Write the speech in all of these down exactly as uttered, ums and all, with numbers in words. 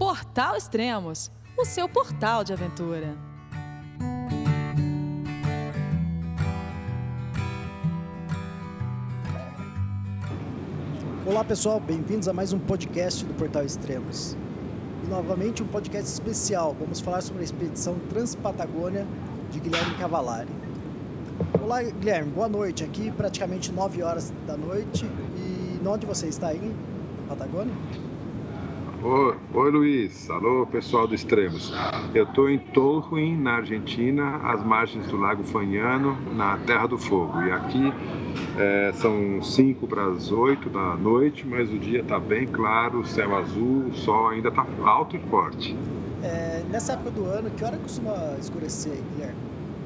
Portal Extremos, o seu portal de aventura. Olá pessoal, bem-vindos a mais um podcast do Portal Extremos. E novamente um podcast especial, vamos falar sobre a expedição Transpatagônia de Guilherme Cavallari. Olá Guilherme, boa noite, aqui praticamente nove horas da noite. E onde você está aí, na Patagônia? Oi, oi Luiz, alô pessoal do Extremos. Eu estou em Tolhuin, na Argentina, às margens do Lago Fagnano, na Terra do Fogo. E aqui é, são cinco para as oito da noite, mas o dia está bem claro, céu azul, o sol ainda está alto e forte. É, nessa época do ano, que hora costuma escurecer, Guilherme?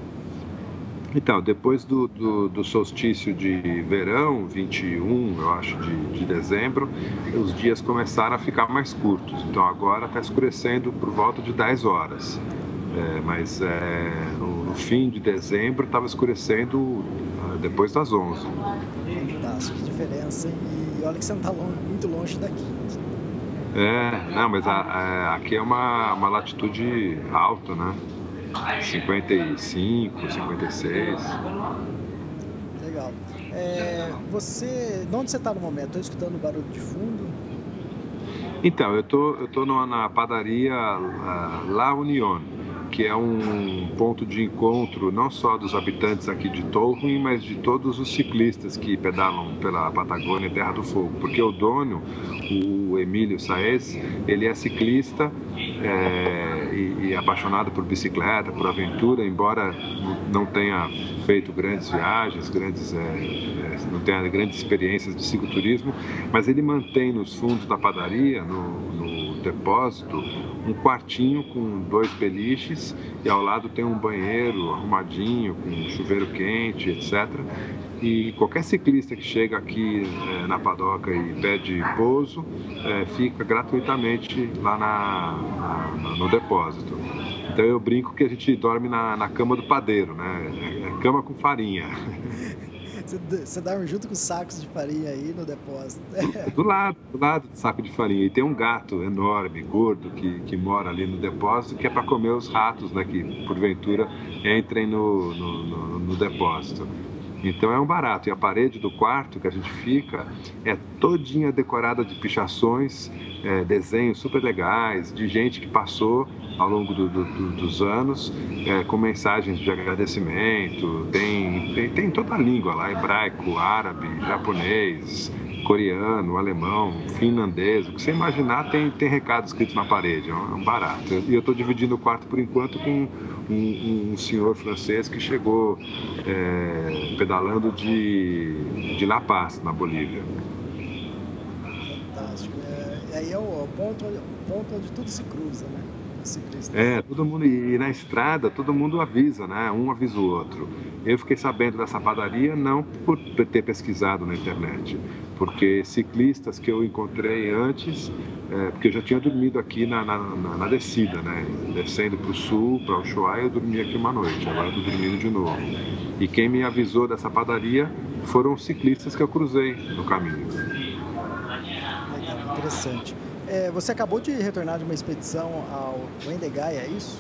Então, depois do, do, do solstício de verão, vinte e um, eu acho, de, de dezembro, os dias começaram a ficar mais curtos. Então agora está escurecendo por volta de dez horas. É, mas é, no, no fim de dezembro estava escurecendo uh, depois das onze. Fantástico, que diferença. E olha que você não está muito longe daqui. É, não, mas a, a, aqui é uma, uma latitude alta, né? cinquenta e cinco, cinquenta e seis. Legal. É, você, de onde você está no momento? Estou escutando barulho de fundo. Então, eu tô, eu tô numa, na padaria uh, La Unión, que é um ponto de encontro não só dos habitantes aqui de Tolhuin, mas de todos os ciclistas que pedalam pela Patagônia e Terra do Fogo. Porque o dono, o Emílio Saez, ele é ciclista é, e, e apaixonado por bicicleta, por aventura, embora não tenha feito grandes viagens, grandes, é, é, não tenha grandes experiências de cicloturismo, mas ele mantém nos fundos da padaria, no, no depósito, um quartinho com dois beliches e ao lado tem um banheiro arrumadinho, com um chuveiro quente, etcétera. E qualquer ciclista que chega aqui é, na padoca e pede pouso, é, fica gratuitamente lá na, na, no depósito. Então eu brinco que a gente dorme na, na cama do padeiro, né? É cama com farinha. Você, você dorme junto com os sacos de farinha aí no depósito. Do lado, do lado do saco de farinha. E tem um gato enorme, gordo, que, que mora ali no depósito, que é para comer os ratos, né, que porventura entrem no, no, no, no depósito. Então é um barato. E a parede do quarto que a gente fica é todinha decorada de pichações, é, desenhos super legais, de gente que passou ao longo do, do, do, dos anos, é, com mensagens de agradecimento. Tem, tem, tem toda a língua lá, hebraico, árabe, japonês, coreano, alemão, finlandês. O que você imaginar tem, tem recado escrito na parede, é um barato. E eu estou dividindo o quarto por enquanto com um, um senhor francês que chegou é, pedalando de, de La Paz, na Bolívia. Fantástico. É, e aí é o, o, ponto, o ponto onde tudo se cruza, né? É, todo mundo, e na estrada todo mundo avisa, né? Um avisa o outro. Eu fiquei sabendo dessa padaria não por ter pesquisado na internet, porque ciclistas que eu encontrei antes, é, porque eu já tinha dormido aqui na, na, na, na descida, né? Descendo para o sul, para Ushuaia, eu dormi aqui uma noite, agora estou dormindo de novo. E quem me avisou dessa padaria foram os ciclistas que eu cruzei no caminho. Legal, interessante. É, você acabou de retornar de uma expedição ao Wendigaya, é isso?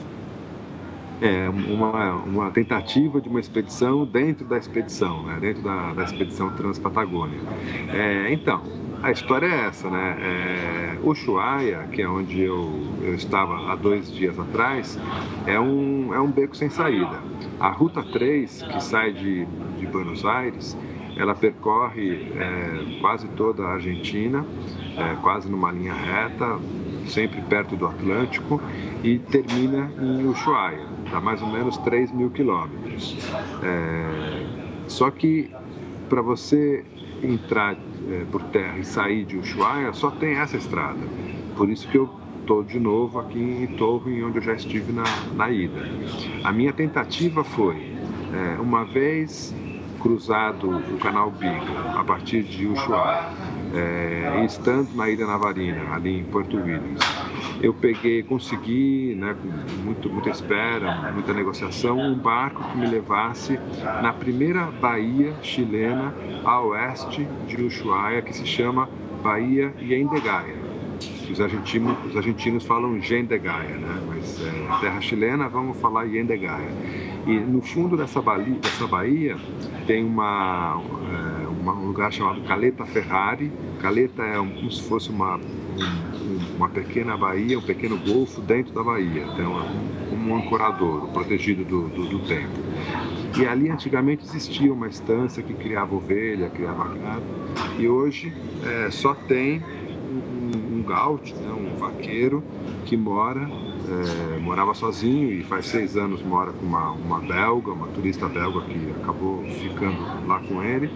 É, uma, uma tentativa de uma expedição dentro da expedição, né? Dentro da, da expedição Transpatagônia. É, então, a história é essa, né? É, Ushuaia, que é onde eu, eu estava há dois dias atrás, é um, é um beco sem saída. A Ruta três, que sai de, de Buenos Aires, ela percorre é, quase toda a Argentina, é, quase numa linha reta, sempre perto do Atlântico, e termina em Ushuaia, dá mais ou menos três mil quilômetros. É, só que para você entrar é, por terra e sair de Ushuaia, só tem essa estrada. Por isso que eu estou de novo aqui em Tolhuin, onde eu já estive na, na ida. A minha tentativa foi, é, uma vez cruzado o canal Beagle a partir de Ushuaia, é, e estando na Ilha Navarina, ali em Porto Williams, eu peguei, consegui, né, com muito, muita espera, muita negociação, um barco que me levasse na primeira baía chilena a oeste de Ushuaia, que se chama Baía Yendegaia. os argentinos, os argentinos falam Yendegaia, né? Mas é, terra chilena, vamos falar Yendegaia. E no fundo dessa baía, dessa baía tem uma, é, uma, um lugar chamado Caleta Ferrari. Caleta é um, como se fosse uma, um, uma pequena baía, um pequeno golfo dentro da baía. Então, é como um ancoradouro protegido do, do, do tempo. E ali antigamente existia uma estância que criava ovelha, criava gado. E hoje é, só tem um, um gaúcho, né, um vaqueiro que mora, é, morava sozinho e faz seis anos mora com uma, uma belga, uma turista belga que acabou ficando lá com ele.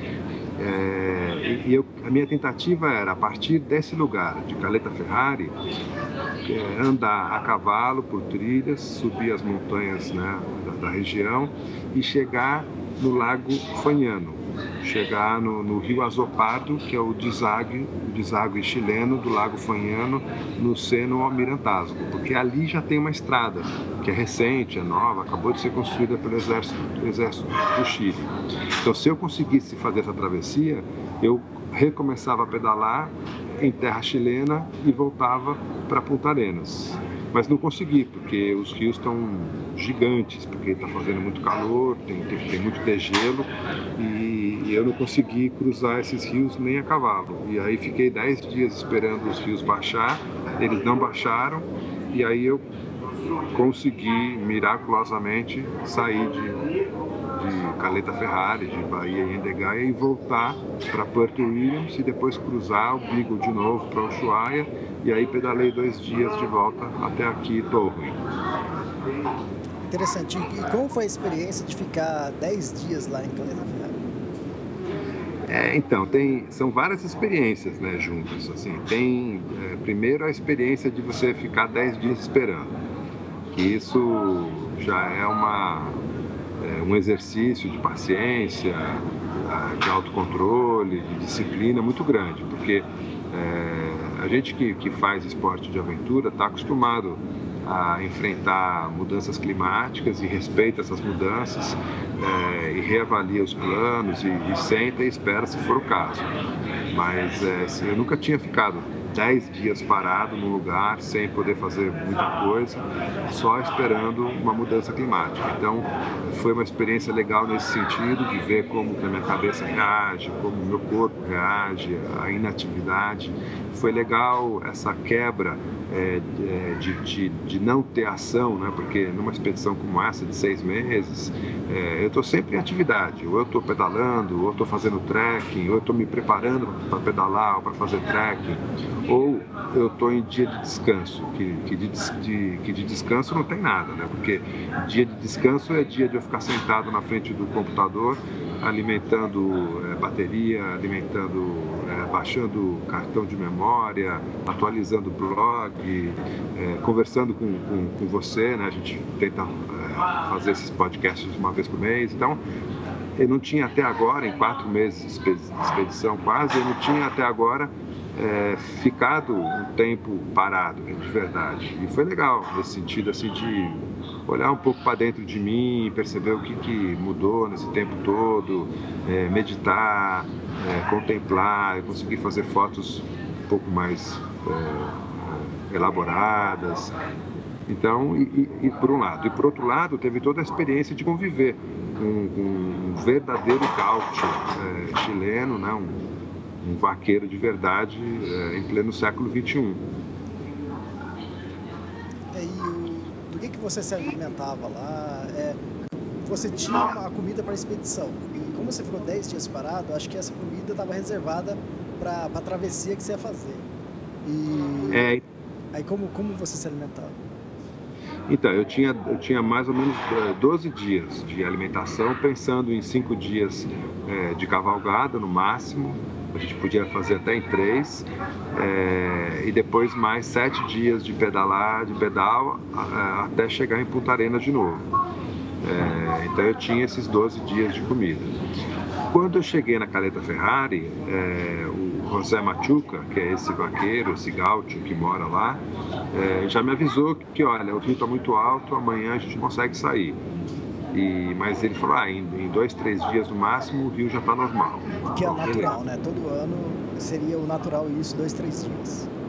É, e eu, a minha tentativa era, a partir desse lugar, de Caleta Ferrari, é, andar a cavalo por trilhas, subir as montanhas, né, da, da região e chegar no Lago Fanhano, chegar no, no Rio Azopado, que é o deságue, o deságue chileno do Lago Fanhano, no Seno Almirantazgo, porque ali já tem uma estrada, que é recente, é nova, acabou de ser construída pelo exército, exército do Chile. Então, se eu conseguisse fazer essa travessia, eu recomeçava a pedalar em terra chilena e voltava para Punta Arenas. Mas não consegui, porque os rios estão gigantes, porque está fazendo muito calor, tem, tem, tem muito degelo, e, e eu não consegui cruzar esses rios nem a cavalo. E aí fiquei dez dias esperando os rios baixar, eles não baixaram, e aí eu consegui miraculosamente sair de, de Caleta Ferrari, de Bahia e Yendegaia, e voltar para Puerto Williams e depois cruzar o Beagle de novo para Ushuaia. E aí pedalei dois dias de volta até aqui, Torre. Interessante. E como foi a experiência de ficar dez dias lá em Caleta Ferrari? É, então, tem, são várias experiências, né, juntas. Assim, tem, é, primeiro, a experiência de você ficar dez dias esperando. Que isso já é, uma, é um exercício de paciência, de autocontrole, de disciplina muito grande, porque é, a gente que, que faz esporte de aventura está acostumado a enfrentar mudanças climáticas e respeita essas mudanças, é, e reavalia os planos e, e senta e espera se for o caso. Mas é, assim, eu nunca tinha ficado dez dias parado num lugar sem poder fazer muita coisa, só esperando uma mudança climática. Então foi uma experiência legal nesse sentido, de ver como que a minha cabeça reage, como o meu corpo reage, a inatividade. Foi legal essa quebra é, de, de, de não ter ação, né? Porque numa expedição como essa de seis meses, é, eu estou sempre em atividade, ou eu estou pedalando, ou eu estou fazendo trekking, ou eu estou me preparando para pedalar ou para fazer trekking, ou eu estou em dia de descanso, que, que, de, de, que de descanso não tem nada, né? Porque dia de descanso é dia de eu ficar sentado na frente do computador, alimentando é, bateria, alimentando, é, baixando cartão de memória, atualizando o blog, é, conversando com, com, com você, né? A gente tenta é, fazer esses podcasts uma vez por mês. Então, eu não tinha até agora, em quatro meses de expedição quase, eu não tinha até agora é, ficado um tempo parado, de verdade. E foi legal, nesse sentido, assim, de olhar um pouco para dentro de mim, perceber o que, que mudou nesse tempo todo, é, meditar, é, contemplar, conseguir fazer fotos um pouco mais é, elaboradas. Então, e, e, e por um lado. E por outro lado, teve toda a experiência de conviver com, com um verdadeiro gaúcho é, chileno, né? um, um vaqueiro de verdade é, em pleno século vinte e um. Do que, que você se alimentava lá? É, você tinha uma comida para a expedição. E como você ficou dez dias parado, acho que essa comida estava reservada para a travessia que você ia fazer. E é... aí como, como você se alimentava? Então, eu tinha, eu tinha mais ou menos doze dias de alimentação, pensando em cinco dias é, de cavalgada no máximo. A gente podia fazer até em três, é, e depois mais sete dias de pedalar, de pedal, a, a, até chegar em Punta Arenas de novo. É, então eu tinha esses doze dias de comida. Quando eu cheguei na Caleta Ferrari, é, o José Machuca, que é esse vaqueiro, esse gaúcho que mora lá, é, já me avisou que, olha, o rio está muito alto, amanhã a gente não consegue sair. E, mas ele falou, ah, em, em dois, três dias no máximo o rio já está normal. Que é natural, né? Todo ano seria o natural isso, dois, três dias.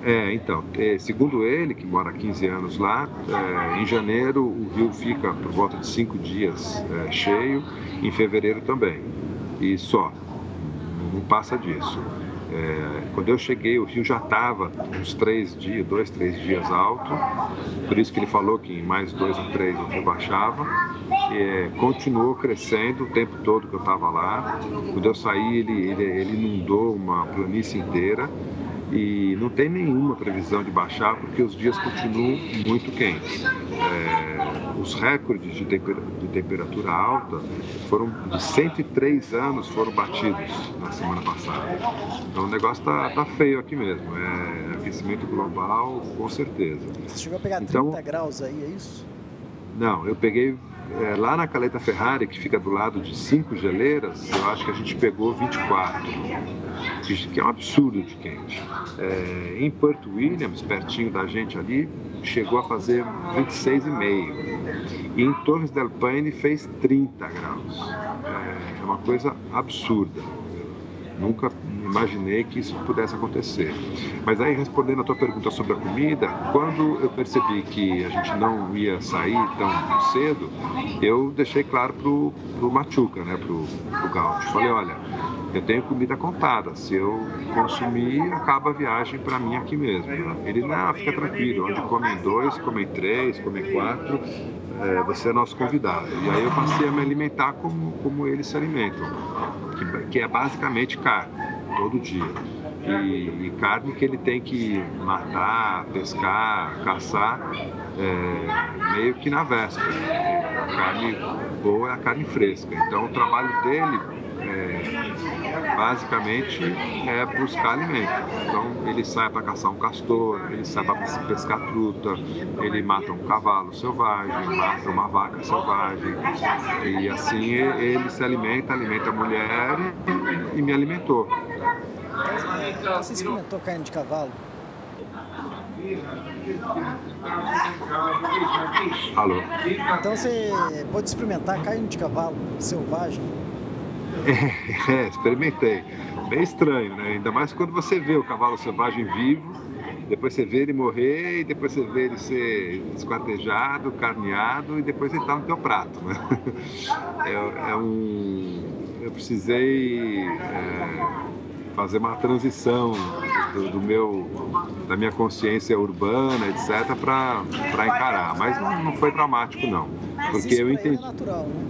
É, então, é, segundo ele, que mora há quinze anos lá, é, em janeiro o rio fica por volta de cinco dias é, cheio, em fevereiro também, e só, não passa disso. É, quando eu cheguei, o rio já estava uns três dias, dois, três dias alto, por isso que ele falou que em mais dois ou três o rio baixava, e, é, continuou crescendo o tempo todo que eu estava lá. Quando eu saí, ele, ele, ele inundou uma planície inteira, e não tem nenhuma previsão de baixar porque os dias continuam muito quentes. É, os recordes de, temper, de temperatura alta foram de cento e três anos foram batidos na semana passada. Então o negócio tá, tá feio aqui mesmo. É aquecimento global, com certeza. Você chegou a pegar então, trinta graus aí, é isso? Não, eu peguei é, lá na Caleta Ferrari, que fica do lado de cinco geleiras, eu acho que a gente pegou vinte e quatro. Que é um absurdo de quente. É, em Port Williams, pertinho da gente ali, chegou a fazer vinte e seis vírgula cinco. E em Torres del Paine fez trinta graus. É, é uma coisa absurda. Nunca imaginei que isso pudesse acontecer. Mas aí, respondendo a tua pergunta sobre a comida, quando eu percebi que a gente não ia sair tão cedo, eu deixei claro pro, pro Machuca, né, pro, pro Gaúcho. Falei, olha, eu tenho comida contada, se eu consumir, acaba a viagem para mim aqui mesmo. Ele, não, fica tranquilo, onde comem dois, comem três, comem quatro, é, você é nosso convidado. E aí eu passei a me alimentar como, como eles se alimentam, que, que é basicamente carne, todo dia. E, e carne que ele tem que matar, pescar, caçar, é, meio que na véspera. A carne boa é a carne fresca. Então o trabalho dele, é, basicamente, é buscar alimento. Então ele sai para caçar um castor, ele sai para pescar truta, ele mata um cavalo selvagem, mata uma vaca selvagem. E assim ele se alimenta, alimenta a mulher e, e me alimentou. Você experimentou carne de cavalo? Alô? Então você pode experimentar carne de cavalo selvagem? É, é, experimentei. Bem estranho, né? Ainda mais quando você vê o cavalo selvagem vivo, depois você vê ele morrer, e depois você vê ele ser esquartejado, carneado, e depois ele tá no teu prato, né? É, é um... Eu precisei... É... fazer uma transição do, do meu, da minha consciência urbana, etcétera, para encarar. Mas não, não foi dramático, não. Porque eu entendi. Ele é natural, né?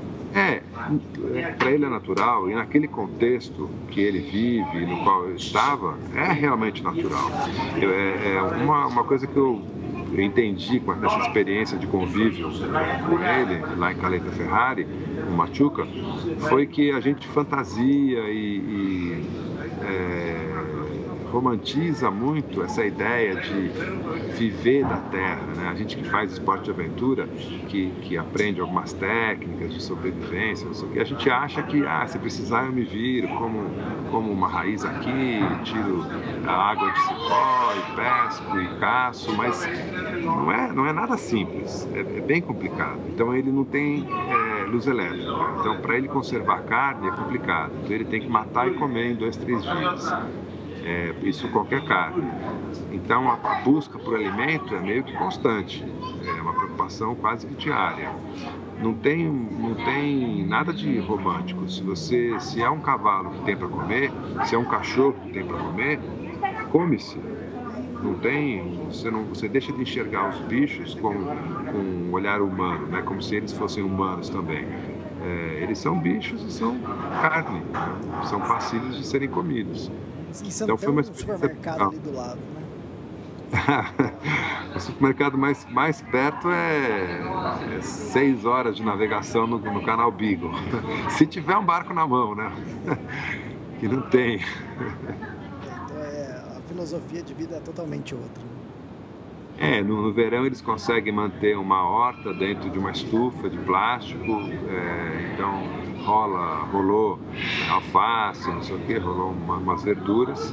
É, para ele é natural, e naquele contexto que ele vive, no qual eu estava, é realmente natural. Eu, é é uma, uma coisa que eu, eu entendi com essa experiência de convívio com ele, lá em Caleta Ferrari, no Machuca, foi que a gente fantasia e, e é, romantiza muito essa ideia de viver da terra, né? A gente que faz esporte de aventura, que, que aprende algumas técnicas de sobrevivência, não sei o que, a gente acha que, ah, se precisar eu me viro, como, como uma raiz aqui, tiro a água de cipó e pesco e caço, mas não é, não é nada simples, é, é bem complicado. Então ele não tem é, luz elétrica, então para ele conservar carne é complicado, então ele tem que matar e comer em dois, três dias. É, isso qualquer carne. Então a, a busca por alimento é meio que constante, é uma preocupação quase que diária. Não tem, não tem nada de romântico. Se você, se é um cavalo que tem para comer, se é um cachorro que tem para comer, come-se. Não tem, você, não, você deixa de enxergar os bichos com, com um olhar humano, né? Como se eles fossem humanos também. É, eles são bichos e são carne, né? São passíveis de serem comidos. E você então, não foi uma um supermercado ali do lado, né? O supermercado mais, mais perto é, é seis horas de navegação no, no canal Beagle. Se tiver um barco na mão, né? Que não tem. Então é, a filosofia de vida é totalmente outra. É, no, no verão eles conseguem manter uma horta dentro de uma estufa de plástico, é, então rola, rolou alface, não sei o que, rolou uma, umas verduras.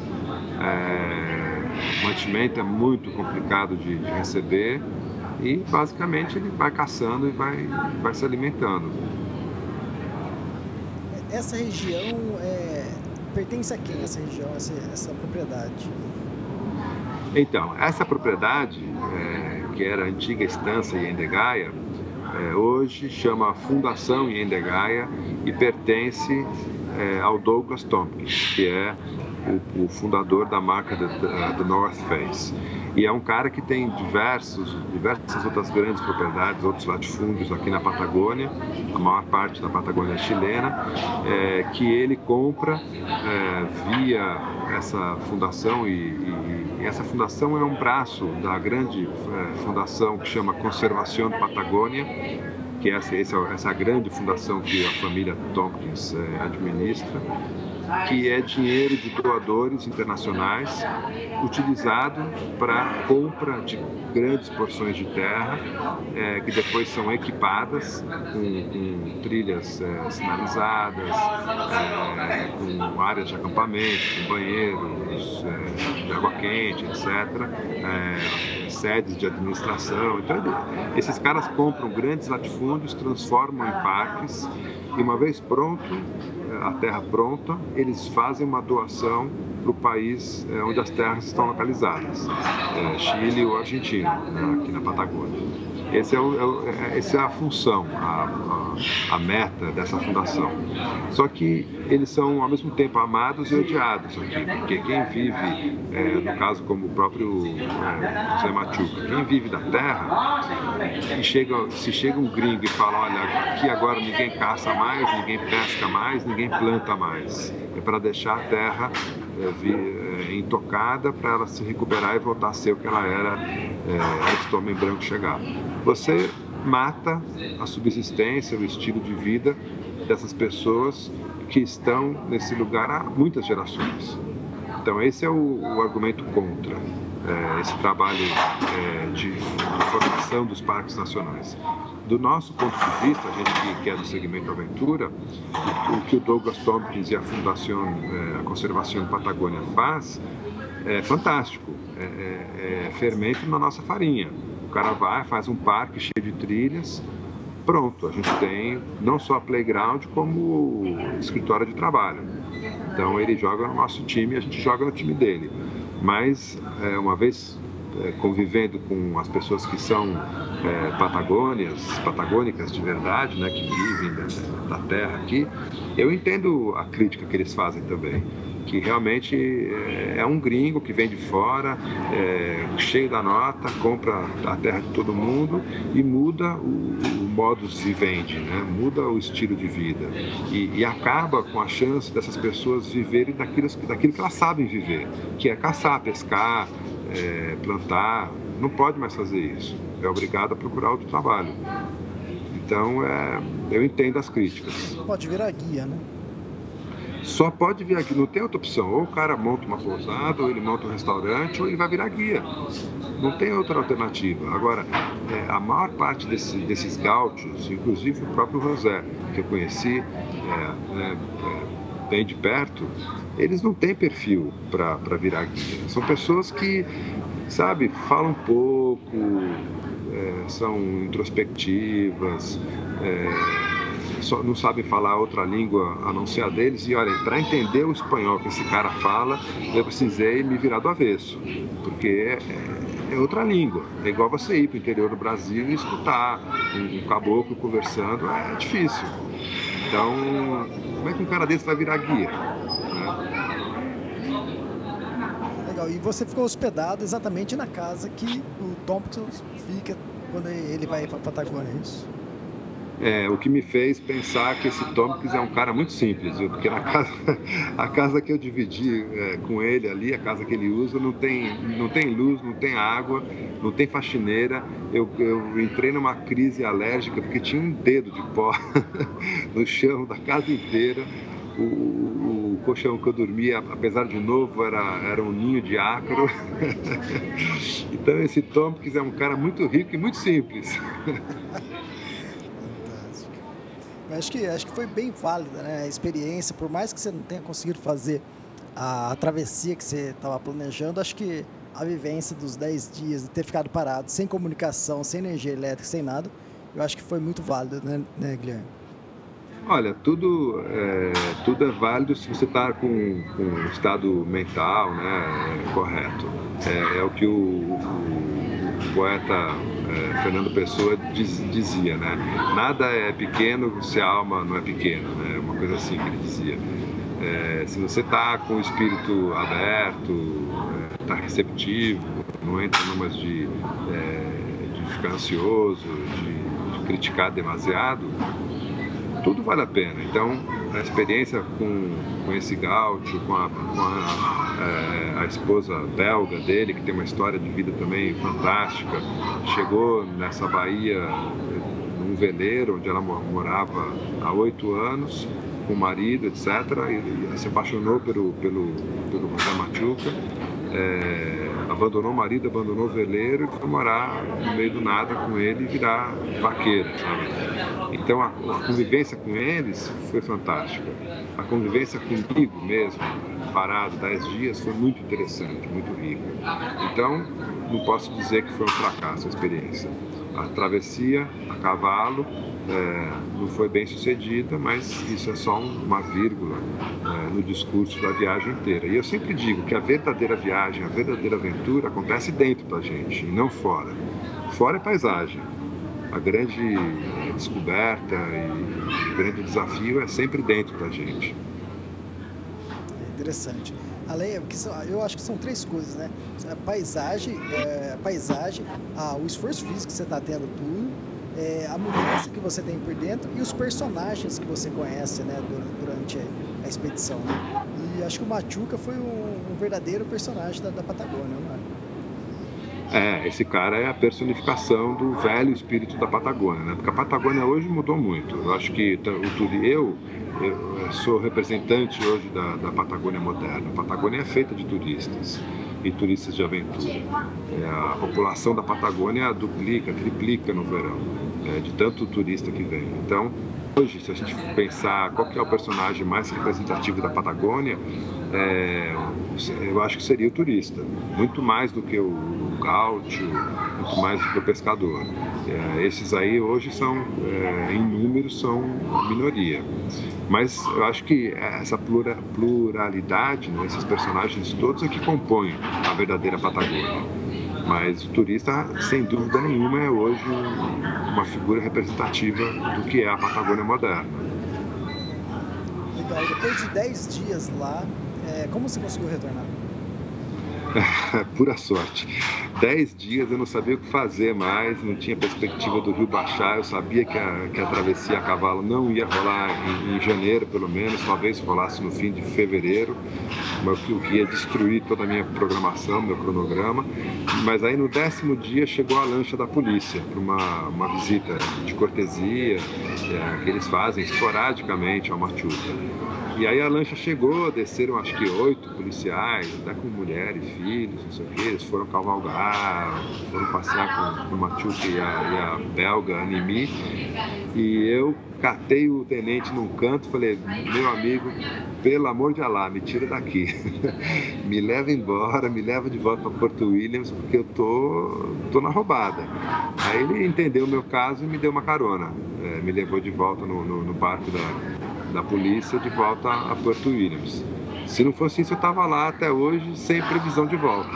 É, o mantimento é muito complicado de, de receber e basicamente ele vai caçando e vai, vai se alimentando. Essa região é, pertence a quem, essa região, essa, essa propriedade? Então, essa propriedade, é, que era a antiga estância Iendegaia, é, hoje chama Fundação Iendegaia e pertence é, ao Douglas Tompkins, que é o, o fundador da marca do North Face. E é um cara que tem diversos, diversas outras grandes propriedades, outros latifúndios aqui na Patagônia, a maior parte da Patagônia chilena, é, que ele compra é, via essa fundação, e, e, e essa fundação é um braço da grande é, fundação que chama Conservación Patagônia, que é essa, essa grande fundação que a família Tompkins é, administra, que é dinheiro de doadores internacionais utilizado para compra de grandes porções de terra, é, que depois são equipadas com, com trilhas é, sinalizadas, é, com áreas de acampamento, com banheiros é, de água quente, etcétera, é, sedes de administração. Então, esses caras compram grandes latifúndios, transformam em parques e, uma vez pronto, a terra pronta, eles fazem uma doação para o país é, onde as terras estão localizadas, é, Chile ou Argentina, né, aqui na Patagônia. Esse é o, é o, é, essa é a função, a, a, a meta dessa fundação. Só que eles são, ao mesmo tempo, amados e odiados aqui, porque quem vive, é, no caso como o próprio é, José Machuca, quem vive da terra, e chega, se chega um gringo e fala, olha, aqui agora ninguém caça mais, ninguém pesca mais, ninguém planta mais. É para deixar a terra é, vi, é, intocada, para ela se recuperar e voltar a ser o que ela era é, antes do homem branco chegar. Você mata a subsistência, o estilo de vida dessas pessoas que estão nesse lugar há muitas gerações. Então esse é o, o argumento contra é, esse trabalho é, de, de formação dos parques nacionais. Do nosso ponto de vista, a gente que, que é do segmento aventura, o que o Douglas Tompkins e a Fundação, é, a Conservação Patagônia faz é fantástico, é, é, é fermento na nossa farinha. O cara vai, faz um parque cheio de trilhas, pronto, a gente tem não só a playground, como escritório de trabalho. Então ele joga no nosso time e a gente joga no time dele. Mas, é, uma vez é, convivendo com as pessoas que são é, patagônias, patagônicas de verdade, né, que vivem da, da terra aqui, eu entendo a crítica que eles fazem também. Que realmente é um gringo que vem de fora, é, cheio da nota, compra a terra de todo mundo e muda o, o modus vivendi, né? Muda o estilo de vida e, e acaba com a chance dessas pessoas viverem daquilo, daquilo que elas sabem viver, que é caçar, pescar, é, plantar. Não pode mais fazer isso, é obrigado a procurar outro trabalho. Então, é, eu entendo as críticas. Pode virar guia, né? Só pode vir aqui, não tem outra opção. Ou o cara monta uma pousada, ou ele monta um restaurante, ou ele vai virar guia. Não tem outra alternativa. Agora, é, a maior parte desse, desses gaúchos, inclusive o próprio José, que eu conheci é, é, é, bem de perto, eles não têm perfil para virar guia. São pessoas que, sabe, falam pouco, é, são introspectivas, é, Só não sabem falar outra língua a não ser a deles. E olha, para entender o espanhol que esse cara fala, eu precisei me virar do avesso, porque é, é outra língua. É igual você ir para o interior do Brasil e escutar um, um caboclo conversando, é difícil. Então, como é que um cara desse vai virar guia? Né? Legal, e você ficou hospedado exatamente na casa que o Tompkins fica quando ele vai para a Patagônia, é isso? É, o que me fez pensar que esse Tompkins é um cara muito simples, viu? Porque na casa, a casa que eu dividi é, com ele ali, a casa que ele usa, não tem, não tem luz, não tem água, não tem faxineira. Eu, eu entrei numa crise alérgica porque tinha um dedo de pó no chão da casa inteira. O, o, o colchão que eu dormia, apesar de novo, era, era um ninho de ácaro. Então esse Tompkins é um cara muito rico e muito simples. Acho que, acho que foi bem válida, né, a experiência, por mais que você não tenha conseguido fazer a, a travessia que você estava planejando, acho que a vivência dos dez dias, de ter ficado parado, sem comunicação, sem energia elétrica, sem nada, eu acho que foi muito válido, né, né Guilherme? Olha, tudo é, tudo é válido se você está com, com o estado mental, né, é, correto. É, é o que o, o poeta é, Fernando Pessoa diz, dizia, né? Nada é pequeno se a alma não é pequena, né? Uma coisa assim que ele dizia. É, se você está com o espírito aberto, está é, receptivo, não entra numas de, é, de ficar ansioso, de, de criticar demasiado, tudo vale a pena. Então, a experiência com, com esse gaúcho, com, a, com a, é, a esposa belga dele, que tem uma história de vida também fantástica, chegou nessa Bahia num veleiro, onde ela morava há oito anos, com o marido, etcétera, e, e se apaixonou pelo, pelo, pelo José Machuca, é, abandonou o marido, abandonou o veleiro e foi morar no meio do nada com ele e virar vaqueira, sabe? Então a, a convivência com eles foi fantástica. A convivência comigo mesmo, parado dez dias, foi muito interessante, muito rica. Então, não posso dizer que foi um fracasso a experiência. A travessia a cavalo é, não foi bem sucedida, mas isso é só uma vírgula é, no discurso da viagem inteira. E eu sempre digo que a verdadeira viagem, a verdadeira aventura acontece dentro da gente e não fora. Fora é paisagem. A grande descoberta e o grande desafio é sempre dentro da gente. É interessante. Além, eu acho que são três coisas, né? A paisagem, é, a paisagem, ah, o esforço físico que você está tendo tudo, é, a mudança que você tem por dentro e os personagens que você conhece, né, durante a expedição, né? E acho que o Machuca foi um, um verdadeiro personagem da, da Patagônia, não é? É, esse cara é a personificação do velho espírito da Patagônia, né? Porque a Patagônia hoje mudou muito. Eu acho que o eu, eu sou representante hoje da, da Patagônia moderna. A Patagônia é feita de turistas e turistas de aventura. É, a população da Patagônia duplica, triplica no verão, é, de tanto turista que vem. Então, hoje, se a gente pensar qual que é o personagem mais representativo da Patagônia, é, eu acho que seria o turista, muito mais do que o gaúcho, muito mais do que o pescador. É, esses aí hoje são, é, em números, são minoria. Mas eu acho que essa plura, pluralidade, né, esses personagens todos é que compõem a verdadeira Patagônia. Mas o turista, sem dúvida nenhuma, é hoje uma figura representativa do que é a Patagônia moderna. Legal. Depois de dez dias lá, é, como você conseguiu retornar? Pura sorte. Dez dias eu não sabia o que fazer mais, não tinha perspectiva do rio baixar, eu sabia que a, que a travessia a cavalo não ia rolar em, em janeiro, pelo menos, talvez rolasse no fim de fevereiro, o que ia destruir toda a minha programação, meu cronograma. Mas aí no décimo dia chegou a lancha da polícia para uma, uma visita de cortesia é, que eles fazem esporadicamente ao Machuca. E aí a lancha chegou, desceram acho que oito policiais, até com mulher e filhos, não sei o que, eles foram cavalgar, foram passear com o Machuca e a, e a belga Animi, e eu catei o tenente num canto e falei, meu amigo, pelo amor de Alá, me tira daqui, me leva embora, me leva de volta para Porto Williams, porque eu tô, tô na roubada. Aí ele entendeu o meu caso e me deu uma carona, é, me levou de volta no, no, no barco da... da polícia de volta a Porto Williams. Se não fosse isso, eu estava lá até hoje sem previsão de volta.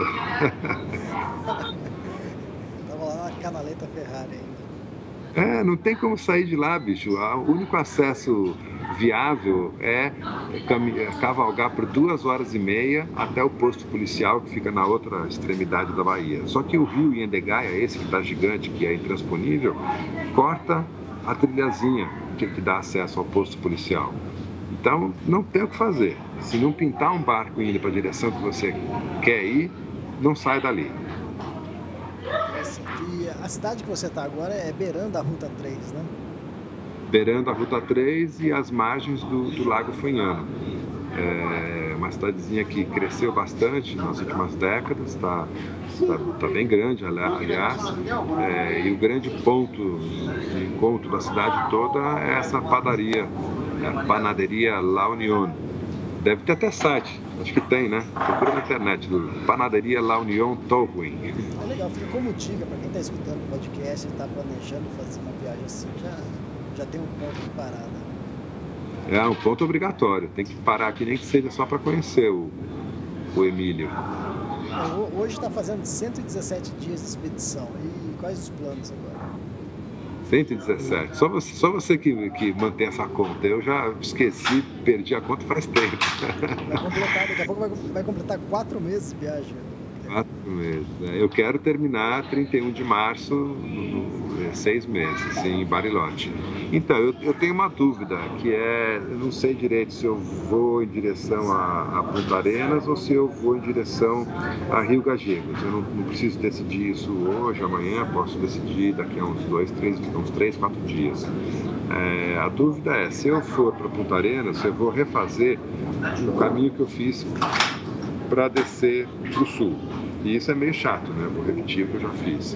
Tava lá na canaleta Ferrari ainda. É, não tem como sair de lá, bicho. O único acesso viável é cavalgar por duas horas e meia até o posto policial que fica na outra extremidade da Bahia. Só que o rio Iendegaia, esse que está gigante, que é intransponível, corta a trilhazinha que, que dá acesso ao posto policial. Então, não tem o que fazer. Se não pintar um barco indo para a direção que você quer ir, não sai dali. E a cidade que você está agora é beirando a Ruta três, né? Beirando a Ruta três e as margens do, do Lago Fanhano. É uma cidadezinha que cresceu bastante nas últimas décadas, está tá, tá bem grande, aliás, é, e o grande ponto de encontro da cidade toda é essa padaria, é a panaderia La Unión. Deve ter até site, acho que tem, né? Procura na internet, do Panaderia La Unión Tolhuin. É legal, fica como dica para quem está escutando o podcast e está planejando fazer uma viagem assim, já, já tem um ponto de parada. É um ponto obrigatório. Tem que parar aqui, nem que seja só para conhecer o, o Emílio. Hoje está fazendo cento e dezessete dias de expedição. E quais os planos agora? cento e dezessete. Só você, só você que, que mantém essa conta. Eu já esqueci, perdi a conta faz tempo. Vai completar, daqui a pouco vai, vai completar quatro meses de viagem. Quatro meses. Né? Eu quero terminar trinta e um de março, no, no, seis meses, em Bariloche. Então, eu, eu tenho uma dúvida, que é, eu não sei direito se eu vou em direção a, a Punta Arenas ou se eu vou em direção a Rio Gallegos. Eu não, não preciso decidir isso hoje, amanhã, posso decidir daqui a uns dois, três, uns três, quatro dias. É, a dúvida é, se eu for para Punta Arenas, eu vou refazer o caminho que eu fiz para descer para o sul. E isso é meio chato, né? Vou repetir o que eu já fiz.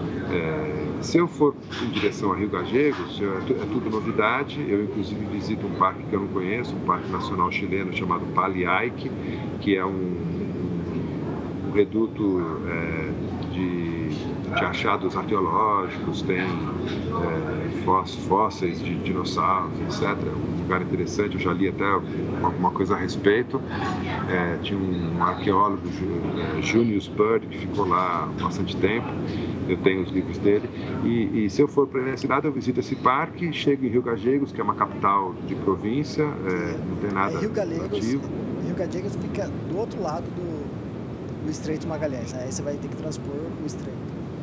É, se eu for em direção a Rio Gallegos, é, é tudo novidade. Eu, inclusive, visito um parque que eu não conheço, um parque nacional chileno chamado Paliaique, que é um, um, um reduto é, de, de achados arqueológicos, tem é, fós, fósseis de dinossauros, etcétera. Um lugar interessante, eu já li até alguma coisa a respeito. É, tinha um arqueólogo, é, Junius Bird, que ficou lá bastante tempo. Eu tenho os livros dele. E, e se eu for para a universidade, eu visito esse parque, chego em Rio Gallegos, que é uma capital de província, é, não tem nada é, Rio Gallegos, ativo. Rio Gallegos fica do outro lado do, do Estreito de Magalhães. Aí você vai ter que transpor o Estreito.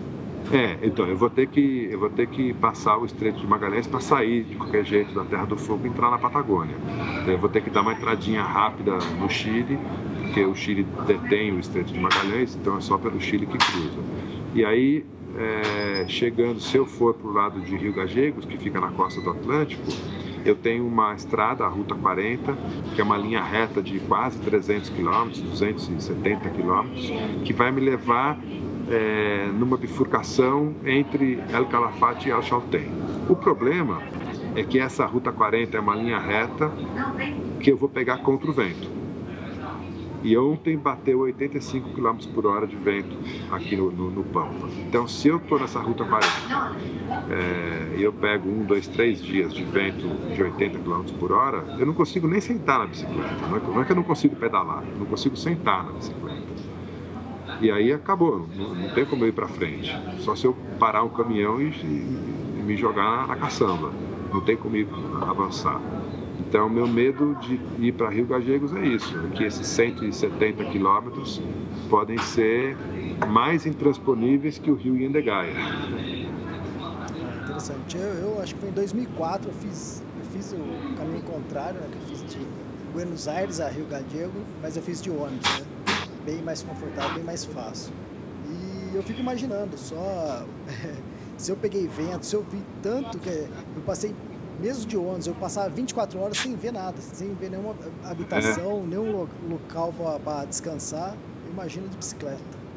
É, então, eu vou ter que, eu vou ter que passar o Estreito de Magalhães para sair de qualquer jeito da Terra do Fogo e entrar na Patagônia. Eu vou ter que dar uma entradinha rápida no Chile, porque o Chile detém o Estreito de Magalhães, então é só pelo Chile que cruza. E aí, é, chegando, se eu for para o lado de Rio Gallegos, que fica na costa do Atlântico, eu tenho uma estrada, a Ruta quarenta, que é uma linha reta de quase trezentos quilômetros, duzentos e setenta quilômetros, que vai me levar É, numa bifurcação entre El Calafate e El Chaltén. O problema é que essa Ruta quarenta é uma linha reta que eu vou pegar contra o vento. E ontem bateu oitenta e cinco quilômetros por hora de vento aqui no, no, no Pampa. Então, se eu estou nessa Ruta quarenta e é, eu pego um, dois, três dias de vento de oitenta quilômetros por hora, eu não consigo nem sentar na bicicleta. Não é, não é que eu não consigo pedalar, eu não consigo sentar na bicicleta. E aí acabou, não, não tem como eu ir para frente. Só se eu parar o caminhão e, e, e me jogar na caçamba. Não tem como ir avançar. Então, meu medo de ir para Rio Gallegos é isso, que esses cento e setenta quilômetros podem ser mais intransponíveis que o rio Inhandegaia. É interessante. Eu, eu acho que foi em dois mil e quatro, eu fiz, eu fiz o caminho contrário, né, que eu fiz de Buenos Aires a Rio Gallegos, mas eu fiz de ônibus, né? Bem mais confortável, bem mais fácil. E eu fico imaginando, só se eu peguei vento, se eu vi tanto que eu passei, mesmo de ônibus, eu passava vinte e quatro horas sem ver nada, sem ver nenhuma habitação, é. nenhum local para descansar. Eu imagino de bicicleta.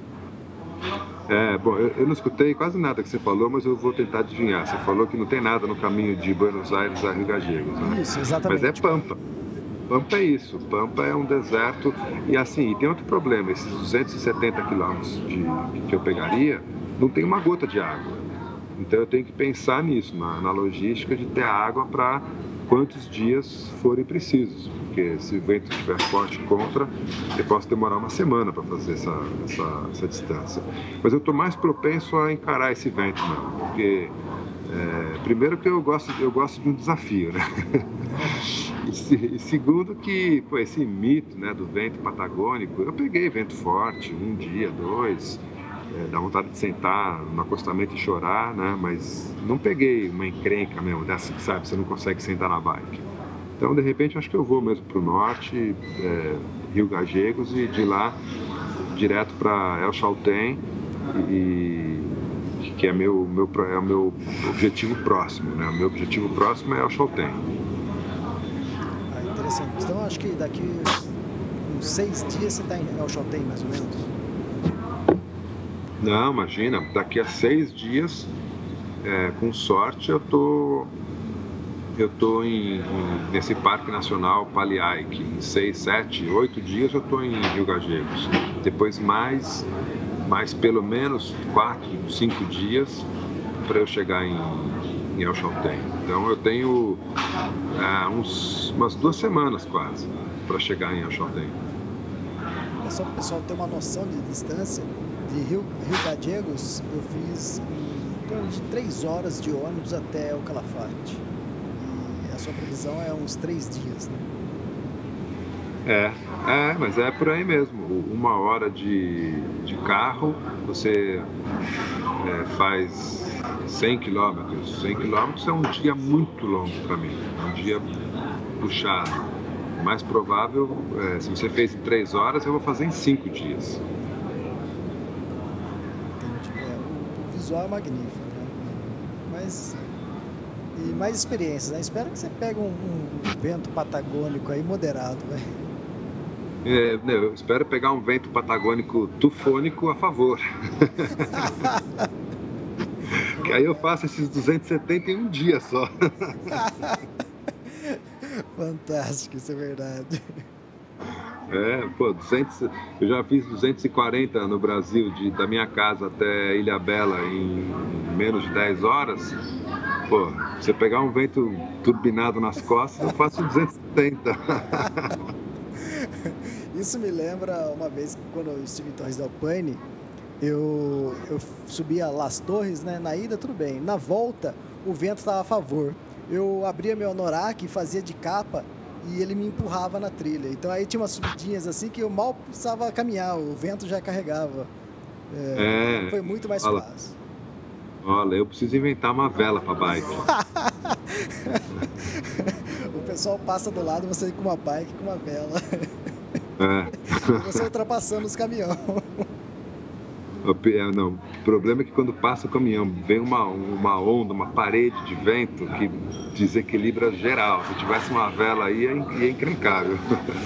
É, bom, eu, eu não escutei quase nada que você falou, mas eu vou tentar adivinhar. Você falou que não tem nada no caminho de Buenos Aires a Rio Gallegos, né? Isso, exatamente. Mas é Pampa. Pampa é isso, Pampa é um deserto. E assim, tem outro problema, esses duzentos e setenta quilômetros de, que eu pegaria, não tem uma gota de água. Então eu tenho que pensar nisso, na, na logística de ter água para quantos dias forem precisos. Porque se o vento estiver forte contra, eu posso demorar uma semana para fazer essa, essa, essa distância. Mas eu estou mais propenso a encarar esse vento, não, porque é, primeiro que eu gosto, eu gosto de um desafio, né? E segundo que, pô, esse mito, né, do vento patagônico, eu peguei vento forte, um dia, dois, é, dá vontade de sentar no acostamento e chorar, né, mas não peguei uma encrenca mesmo, dessa que, sabe, você não consegue sentar na bike. Então, de repente, acho que eu vou mesmo para o norte, é, Rio Gallegos, e de lá direto para El Chaltén, e, que é, meu, meu, é o meu objetivo próximo, né, o meu objetivo próximo é El Chaltén. Então acho que daqui uns seis dias você está em El Chaltén, mais ou menos? Não, imagina, daqui a seis dias, é, com sorte, eu tô, eu tô em, em, nesse Parque Nacional Paliaique. Em seis, sete, oito dias eu tô em Rio Gallegos. Depois mais, mais pelo menos quatro, cinco dias para eu chegar em, em El Chaltén. Então eu tenho é, uns, umas duas semanas quase para chegar em El Chaltén. É só para o pessoal ter uma noção de distância. De Rio, Rio Gallegos, eu fiz em torno de três horas de ônibus até o Calafate. E a sua previsão é uns três dias, né? É, é, mas é por aí mesmo. Uma hora de, de carro, você é, faz cem quilômetros. cem quilômetros é um dia muito longo para mim, um dia puxado. O mais provável, é, se você fez em três horas, eu vou fazer em cinco dias. Entendi. É, o visual é magnífico, né? Mas... E mais experiências, né? Espero que você pegue um, um vento patagônico aí moderado, né? É, eu espero pegar um vento patagônico tufônico a favor. Que aí eu faço esses duzentos e setenta em um dia só. Fantástico, isso é verdade. É, pô, duzentos, eu já fiz duzentos e quarenta no Brasil, de, da minha casa até Ilhabela em menos de dez horas. Pô, se eu pegar um vento turbinado nas costas, eu faço duzentos e setenta. Isso me lembra uma vez quando eu estive em Torres del Paine, eu, eu subi a Las Torres, né? Na ida tudo bem, na volta o vento estava a favor. Eu abria meu anorak e fazia de capa e ele me empurrava na trilha. Então aí tinha umas subidinhas assim que eu mal precisava caminhar, o vento já carregava. É, É, foi muito mais olha, fácil. Olha, eu preciso inventar uma vela para bike. O pessoal passa do lado, você com uma bike, com uma vela. É. Você ultrapassando os caminhões. É, não, o problema é que quando passa o caminhão, vem uma, uma onda, uma parede de vento que desequilibra geral. Se tivesse uma vela aí, ia encrencável.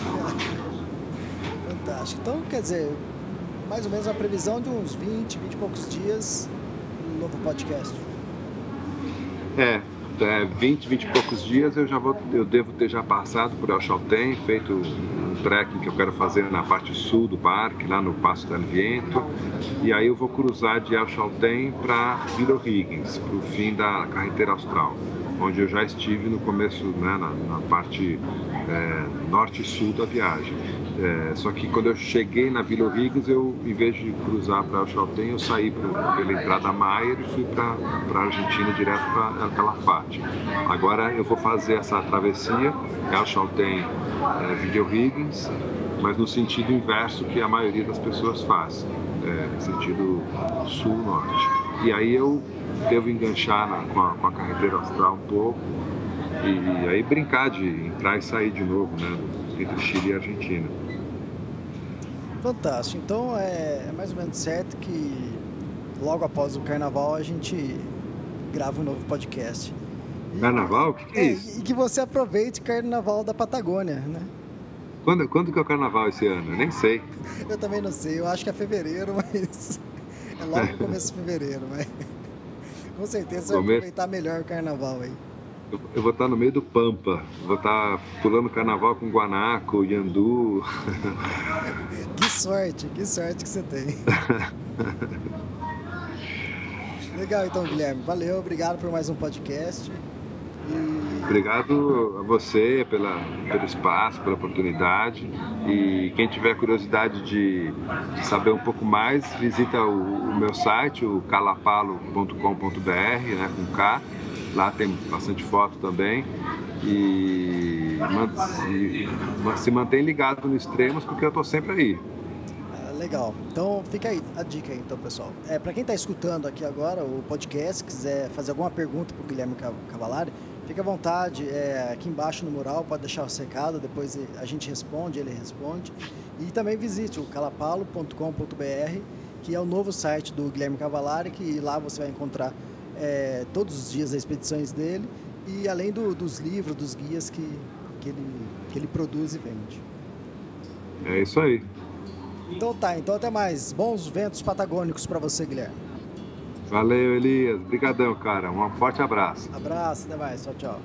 Fantástico. Então, quer dizer, mais ou menos uma previsão de uns vinte, vinte e poucos dias no novo podcast. É, é vinte, vinte e poucos dias eu já vou, eu devo ter já passado por El Chaltén, feito um trekking que eu quero fazer na parte sul do parque, lá no Passo del Viento, e aí eu vou cruzar de El Chaltén para Vila O'Higgins, para o fim da carretera austral, onde eu já estive no começo, né, na, na parte é, norte e sul da viagem. É, só que quando eu cheguei na Vila O'Higgins, eu, em vez de cruzar para El Chaltén, eu saí pro, pela entrada Maier e fui para a Argentina, direto para El Calafate. Agora eu vou fazer essa travessia, El Chaltén, é, Vila O'Higgins, mas no sentido inverso que a maioria das pessoas faz, é, sentido sul-norte. E aí eu devo enganchar na, com, a, com a carretera austral um pouco e, e aí brincar de entrar e sair de novo, né, entre Chile e Argentina. Fantástico. Então é, é mais ou menos certo que logo após o carnaval a gente grava um novo podcast. E, Carnaval? O que, que é, é isso? E que você aproveite o carnaval da Patagônia, né? Quando, quando que é o carnaval esse ano? Eu nem sei. Eu também não sei, eu acho que é fevereiro, mas é logo no começo de fevereiro, mas com certeza você vai aproveitar melhor o carnaval aí. Eu, eu vou estar no meio do Pampa, vou estar pulando carnaval com guanaco, iandu. Que sorte, que sorte que você tem. Legal então, Guilherme, valeu, obrigado por mais um podcast. E... Obrigado a você pela, pelo espaço, pela oportunidade. E quem tiver curiosidade de, de saber um pouco mais, visita o, o meu site, o calapalo ponto com ponto br, né, com K. Lá tem bastante foto também. E, e se mantém ligado no Extremos, porque eu estou sempre aí. Ah, legal. Então fica aí a dica aí, então, pessoal. É, para quem está escutando aqui agora o podcast, quiser fazer alguma pergunta para o Guilherme Cavallari, fique à vontade, é, aqui embaixo no mural, pode deixar o secado, depois a gente responde, ele responde. E também visite o calapalo ponto com ponto br, que é o novo site do Guilherme Cavallari, que lá você vai encontrar é, todos os dias as expedições dele, e além do, dos livros, dos guias que, que, ele, que ele produz e vende. É isso aí. Então tá, então até mais. Bons ventos patagônicos para você, Guilherme. Valeu, Elias. Obrigadão, cara. Um forte abraço. Abraço, até mais. Tchau, tchau.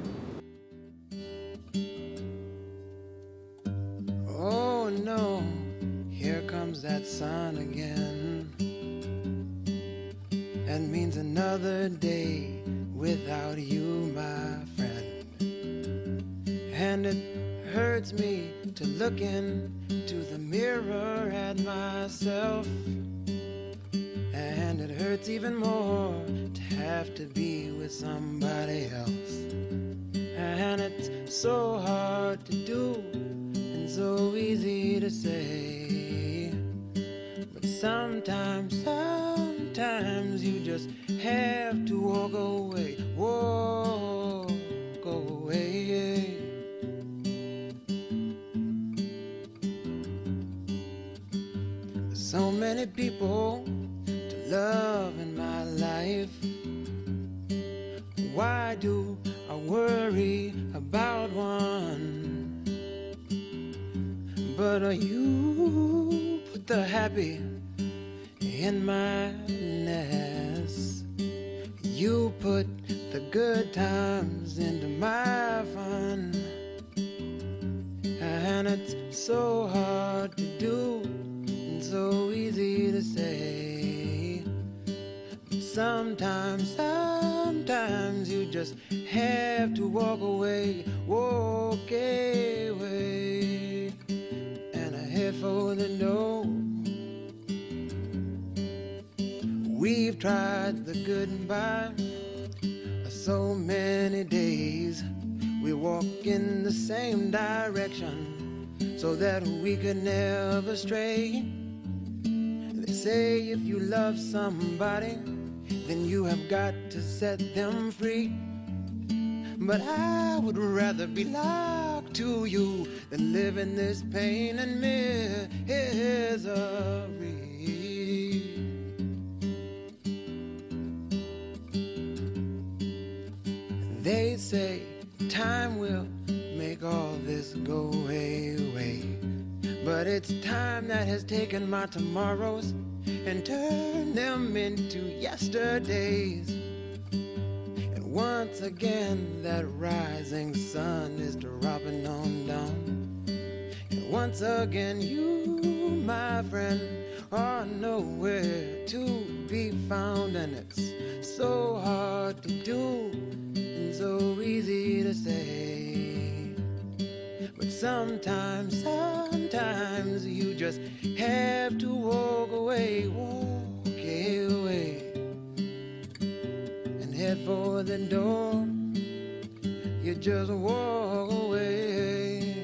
Oh no, here comes that sun again. That means another day without you, my friend. And it hurts me to look into the mirror at myself. And it hurts even more to have to be with somebody else. And it's so hard to do and so easy to say. But sometimes, sometimes you just have to walk away, walk away. So many people to love in my life. Why do I worry about one? But uh, you put the happy in my nest. You put the good times into my fun. And it's so hard to do and so easy to say. But sometimes, sometimes you just have to walk away, walk away, and I head for the door. We've tried the goodbye so many days. We walk in the same direction so that we could never stray. They say if you love somebody, then you have got to set them free. But I would rather be locked to you than live in this pain and misery. They say time will make all this go away, but it's time that has taken my tomorrows and turned them into yesterdays. And once again that rising sun is dropping on down. And once again you, my friend, are nowhere to be found. And it's so hard to do and so easy to say. But sometimes, sometimes you just have to walk away, walk away, and head for the door. You just walk away,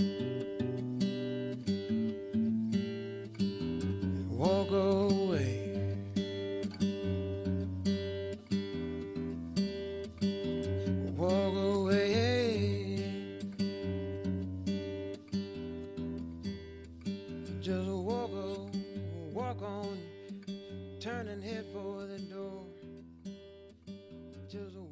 walk away. Walk away, just walk on, walk on, turn and head for the door, just